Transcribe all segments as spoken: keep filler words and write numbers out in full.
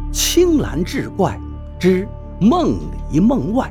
青蓝志怪之梦里梦外。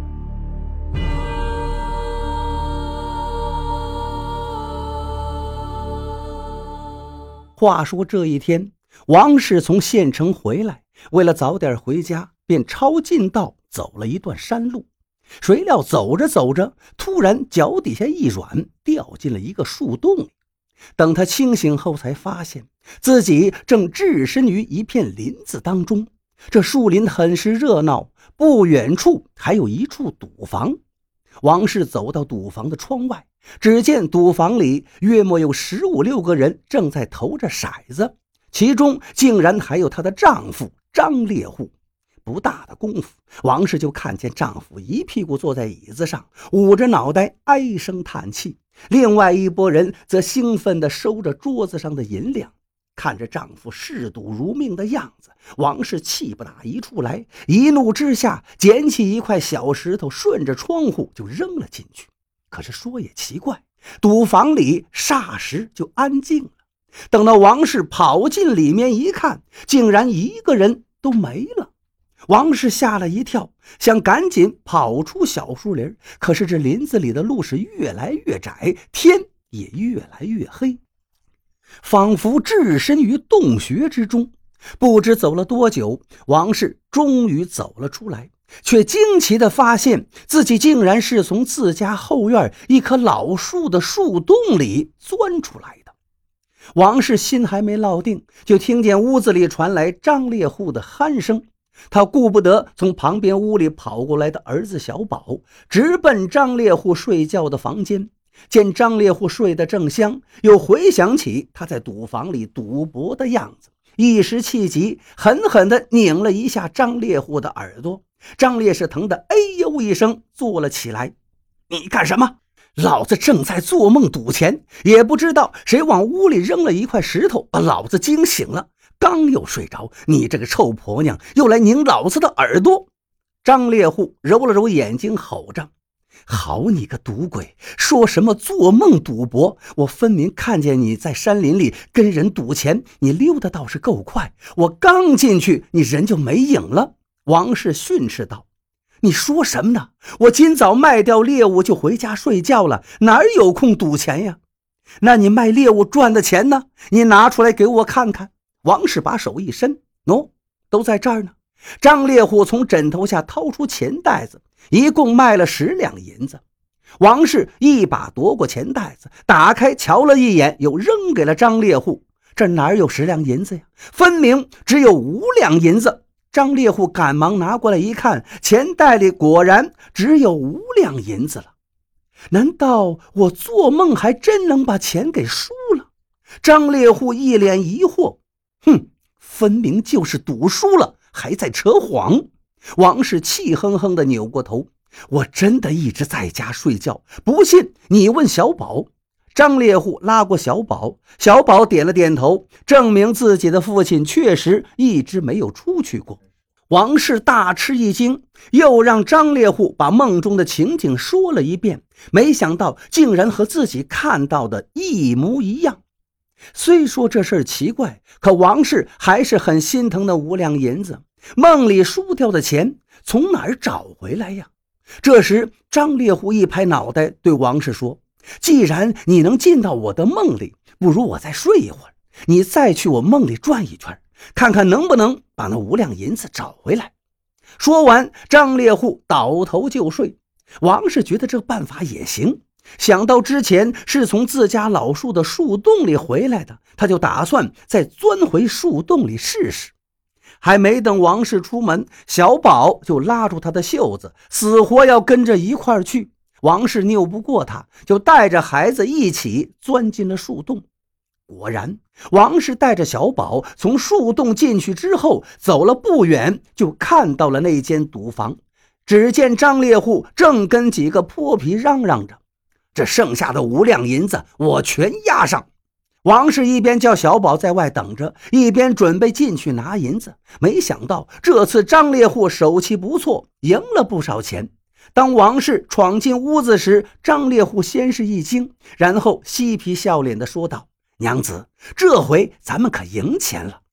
话说这一天，王氏从县城回来，为了早点回家，便抄近道走了一段山路。谁料走着走着，突然脚底下一软，掉进了一个树洞里。等他清醒后，才发现自己正置身于一片林子当中。这树林很是热闹，不远处还有一处赌房。王氏走到赌房的窗外，只见赌房里约莫有十五六个人正在投着骰子，其中竟然还有她的丈夫张猎户。不大的功夫，王氏就看见丈夫一屁股坐在椅子上，捂着脑袋唉声叹气，另外一拨人则兴奋地收着桌子上的银两。看着丈夫嗜赌如命的样子，王氏气不打一处来，一怒之下捡起一块小石头，顺着窗户就扔了进去。可是说也奇怪，赌房里霎时就安静了。等到王氏跑进里面一看，竟然一个人都没了。王氏吓了一跳，想赶紧跑出小树林，可是这林子里的路是越来越窄，天也越来越黑，仿佛置身于洞穴之中。不知走了多久，王氏终于走了出来，却惊奇地发现自己竟然是从自家后院一棵老树的树洞里钻出来的。王氏心还没落定，就听见屋子里传来张猎户的鼾声。他顾不得从旁边屋里跑过来的儿子小宝，直奔张猎户睡觉的房间。见张猎户睡得正香，又回想起他在赌房里赌博的样子，一时气急，狠狠地拧了一下张猎户的耳朵。张烈是疼得哎呦一声坐了起来。你干什么？老子正在做梦赌钱，也不知道谁往屋里扔了一块石头，把老子惊醒了。刚又睡着，你这个臭婆娘又来拧老子的耳朵。张猎户揉了揉眼睛，吼着：好你个赌鬼，说什么做梦赌博，我分明看见你在山林里跟人赌钱，你溜得倒是够快，我刚进去你人就没影了。王氏训斥道：你说什么呢？我今早卖掉猎物就回家睡觉了，哪有空赌钱呀？那你卖猎物赚的钱呢？你拿出来给我看看。王氏把手一伸，喏，都在这儿呢。张猎户从枕头下掏出钱袋子，一共卖了十两银子。王氏一把夺过钱袋子，打开瞧了一眼，又扔给了张猎户。这哪有十两银子呀？分明只有五两银子。张猎户赶忙拿过来一看，钱袋里果然只有五两银子了。难道我做梦还真能把钱给输了？张猎户一脸疑惑，哼，分明就是赌输了，还在扯谎。王氏气哼哼地扭过头，我真的一直在家睡觉，不信你问小宝。张猎户拉过小宝，小宝点了点头，证明自己的父亲确实一直没有出去过。王氏大吃一惊，又让张猎户把梦中的情景说了一遍，没想到竟然和自己看到的一模一样。虽说这事儿奇怪，可王氏还是很心疼那五两银子，梦里输掉的钱从哪儿找回来呀？这时张猎户一拍脑袋，对王氏说：既然你能进到我的梦里，不如我再睡一会儿，你再去我梦里转一圈，看看能不能把那五两银子找回来。说完，张猎户倒头就睡。王氏觉得这办法也行，想到之前是从自家老树的树洞里回来的，他就打算再钻回树洞里试试。还没等王氏出门，小宝就拉住他的袖子，死活要跟着一块儿去。王氏拗不过他，就带着孩子一起钻进了树洞。果然，王氏带着小宝从树洞进去之后，走了不远就看到了那间赌房。只见张猎户正跟几个泼皮嚷嚷着：这剩下的五两银子我全押上。王氏一边叫小宝在外等着，一边准备进去拿银子。没想到这次张猎户手气不错，赢了不少钱。当王氏闯进屋子时，张猎户先是一惊，然后嬉皮笑脸地说道：娘子，这回咱们可赢钱了。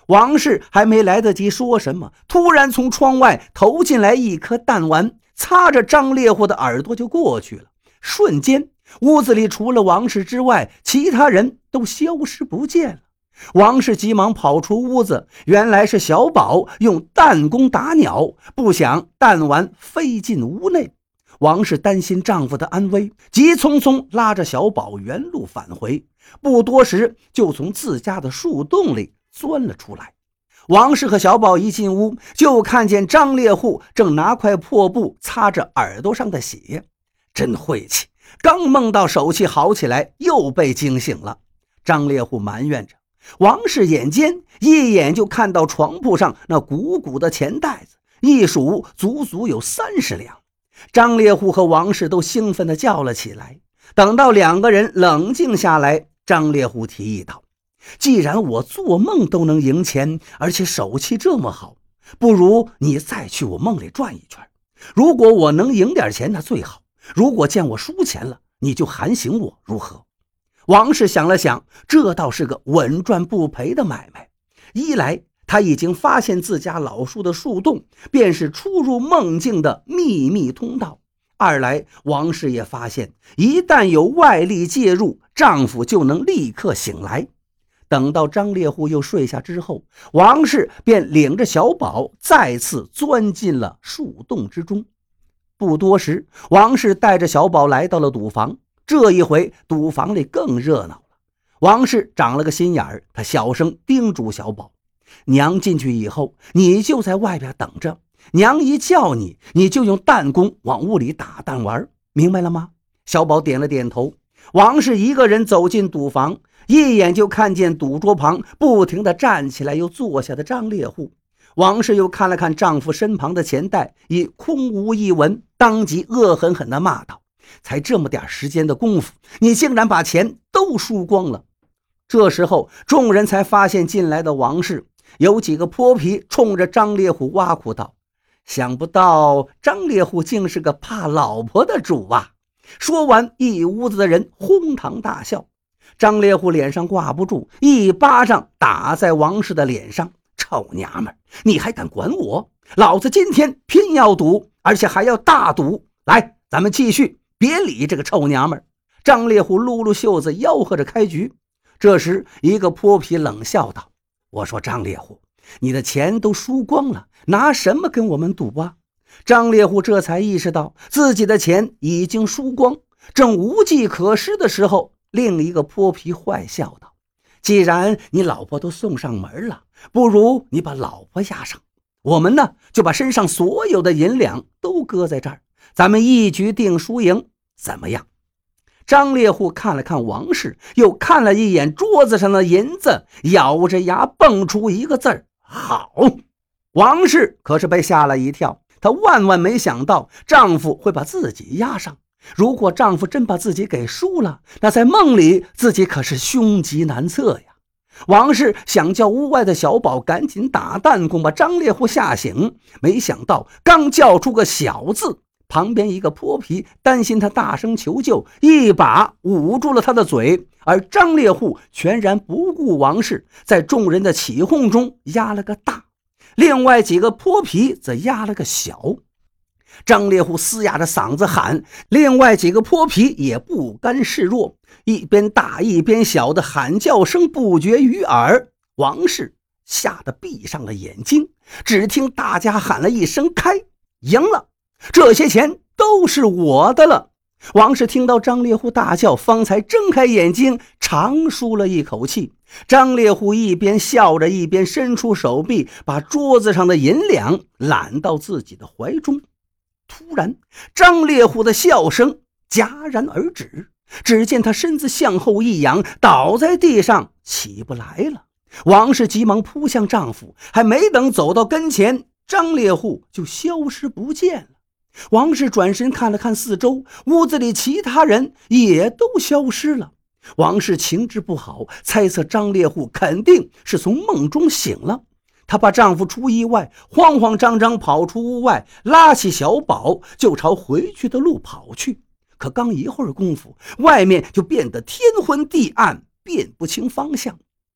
王氏还没来得及说什么，突然从窗外投进来一颗弹丸，擦着张烈虎的耳朵就过去了。瞬间，屋子里除了王氏之外，其他人都消失不见了。王氏急忙跑出屋子，原来是小宝用弹弓打鸟，不想弹丸飞进屋内。王氏担心丈夫的安危，急匆匆拉着小宝原路返回，不多时就从自家的树洞里钻了出来。王氏和小宝一进屋，就看见张烈户正拿块破布擦着耳朵上的血，真晦气，刚梦到手气好起来，又被惊醒了。张烈户埋怨着。王氏眼尖，一眼就看到床铺上那鼓鼓的钱袋子，一数足足有三十两。张烈户和王氏都兴奋地叫了起来。等到两个人冷静下来，张烈户提议道：既然我做梦都能赢钱，而且手气这么好，不如你再去我梦里转一圈，如果我能赢点钱那最好，如果见我输钱了，你就喊醒我，如何？王氏想了想，这倒是个稳赚不赔的买卖。一来他已经发现自家老树的树洞便是出入梦境的秘密通道，二来王氏也发现一旦有外力介入，丈夫就能立刻醒来。等到张烈户又睡下之后，王氏便领着小宝再次钻进了树洞之中。不多时，王氏带着小宝来到了赌房，这一回赌房里更热闹了。王氏长了个心眼儿，他小声叮嘱小宝：娘进去以后，你就在外边等着，娘一叫你，你就用弹弓往屋里打弹丸，明白了吗？小宝点了点头。王氏一个人走进赌房，一眼就看见赌桌旁不停地站起来又坐下的张烈户。王氏又看了看丈夫身旁的钱袋，已空无一文，当即恶狠狠地骂道：才这么点时间的功夫，你竟然把钱都输光了。这时候众人才发现进来的王氏，有几个泼皮冲着张烈虎挖苦道：想不到张烈虎竟是个怕老婆的主啊。说完，一屋子的人哄堂大笑。张烈虎脸上挂不住，一巴掌打在王氏的脸上：臭娘们，你还敢管我？老子今天偏要赌，而且还要大赌，来，咱们继续，别理这个臭娘们。张烈虎撸撸袖子，吆喝着开局。这时一个泼皮冷笑道：我说张烈虎，你的钱都输光了，拿什么跟我们赌啊？张烈虎这才意识到自己的钱已经输光，正无计可施的时候，另一个泼皮坏笑道：既然你老婆都送上门了，不如你把老婆押上，我们呢就把身上所有的银两都搁在这儿，咱们一局定输赢，怎么样？张烈户看了看王氏，又看了一眼桌子上的银子，咬着牙蹦出一个字儿：好。王氏可是被吓了一跳，她万万没想到丈夫会把自己押上，如果丈夫真把自己给输了，那在梦里自己可是凶吉难测呀。王氏想叫屋外的小宝赶紧打弹弓把张烈户吓醒，没想到刚叫出个小字，旁边一个泼皮担心他大声求救，一把捂住了他的嘴，而张烈户全然不顾王氏，在众人的起哄中压了个大，另外几个泼皮则压了个小。张烈户嘶哑着嗓子喊，另外几个泼皮也不甘示弱，一边大一边小的喊叫声不绝于耳。王氏吓得闭上了眼睛，只听大家喊了一声开，赢了，这些钱都是我的了。王氏听到张烈户大叫，方才睁开眼睛，长舒了一口气。张烈户一边笑着，一边伸出手臂，把桌子上的银两揽到自己的怀中。突然，张烈虎的笑声戛然而止，只见他身子向后一仰，倒在地上起不来了。王氏急忙扑向丈夫，还没等走到跟前，张烈虎就消失不见了。王氏转身看了看四周，屋子里其他人也都消失了。王氏情志不好，猜测张烈虎肯定是从梦中醒了。她怕丈夫出意外，慌慌张张跑出屋外，拉起小宝就朝回去的路跑去。可刚一会儿功夫，外面就变得天昏地暗，辨不清方向。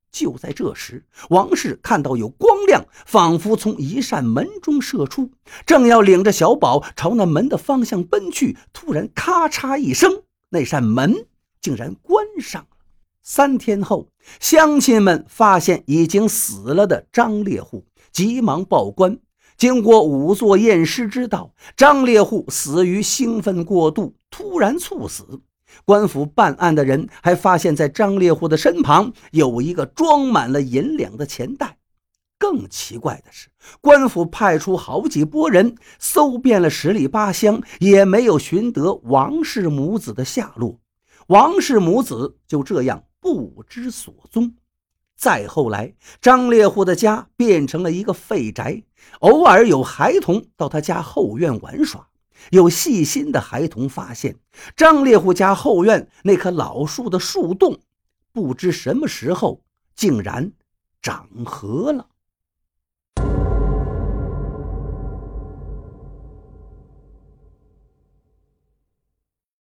就在这时，王氏看到有光亮仿佛从一扇门中射出，正要领着小宝朝那门的方向奔去，突然咔嚓一声，那扇门竟然关上了。三天后，乡亲们发现已经死了的张猎户，急忙报官。经过仵作验尸，知道张猎户死于兴奋过度，突然猝死。官府办案的人还发现，在张猎户的身旁有一个装满了银两的钱袋。更奇怪的是，官府派出好几拨人搜遍了十里八乡，也没有寻得王氏母子的下落。王氏母子就这样不知所踪。再后来，张猎户的家变成了一个废宅，偶尔有孩童到他家后院玩耍。有细心的孩童发现，张猎户家后院那棵老树的树洞，不知什么时候竟然长合了。